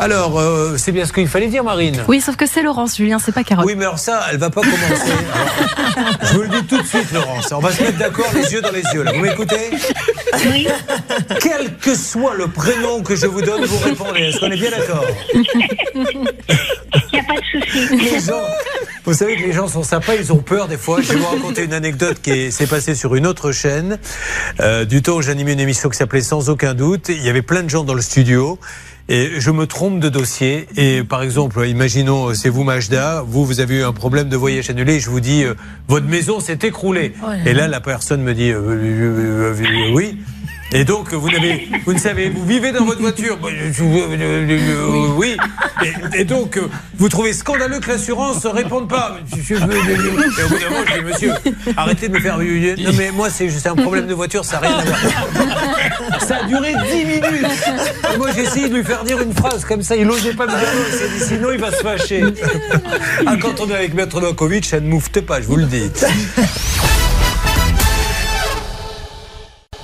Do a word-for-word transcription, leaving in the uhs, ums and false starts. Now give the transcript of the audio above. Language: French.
Alors, euh, c'est bien ce qu'il fallait dire, Marine. Oui, sauf que c'est Laurence, Julien, c'est pas Caroline. Oui, mais alors ça, elle va pas commencer. Alors, je vous le dis tout de suite, Laurence. On va se mettre d'accord les yeux dans les yeux. Là. Vous m'écoutez? Oui. Quel que soit le prénom que je vous donne, vous répondez. Est-ce qu'on est bien d'accord? Il n'y a pas de souci. Les gens, vous savez que les gens sont sympas, ils ont peur des fois. Je vais vous raconter une anecdote qui s'est passée sur une autre chaîne. Euh, du temps où j'animais une émission qui s'appelait Sans aucun doute, il y avait plein de gens dans le studio. Et je me trompe de dossier. Et par exemple, imaginons, c'est vous Majda, vous, vous avez eu un problème de voyage annulé. Et je vous dis, euh, votre maison s'est écroulée. Oh là là. Et là, la personne me dit, euh, euh, euh, euh, oui. Et donc, vous n'avez, vous ne savez, vous vivez dans votre voiture. Oui. Et, et donc, vous trouvez scandaleux que l'assurance ne réponde pas. Et au bout d'un moment, je dis, monsieur, arrêtez de me faire. Non, mais moi, c'est juste un problème de voiture, ça n'a rien à voir. Ça a duré dix minutes. Et moi, j'ai essayé de lui faire dire une phrase comme ça. Il n'osait pas me dire non. Il s'est dit, sinon, il va se fâcher. Ah, quand on est avec Maître Novakovic, ça ne moufte pas, je vous le dis.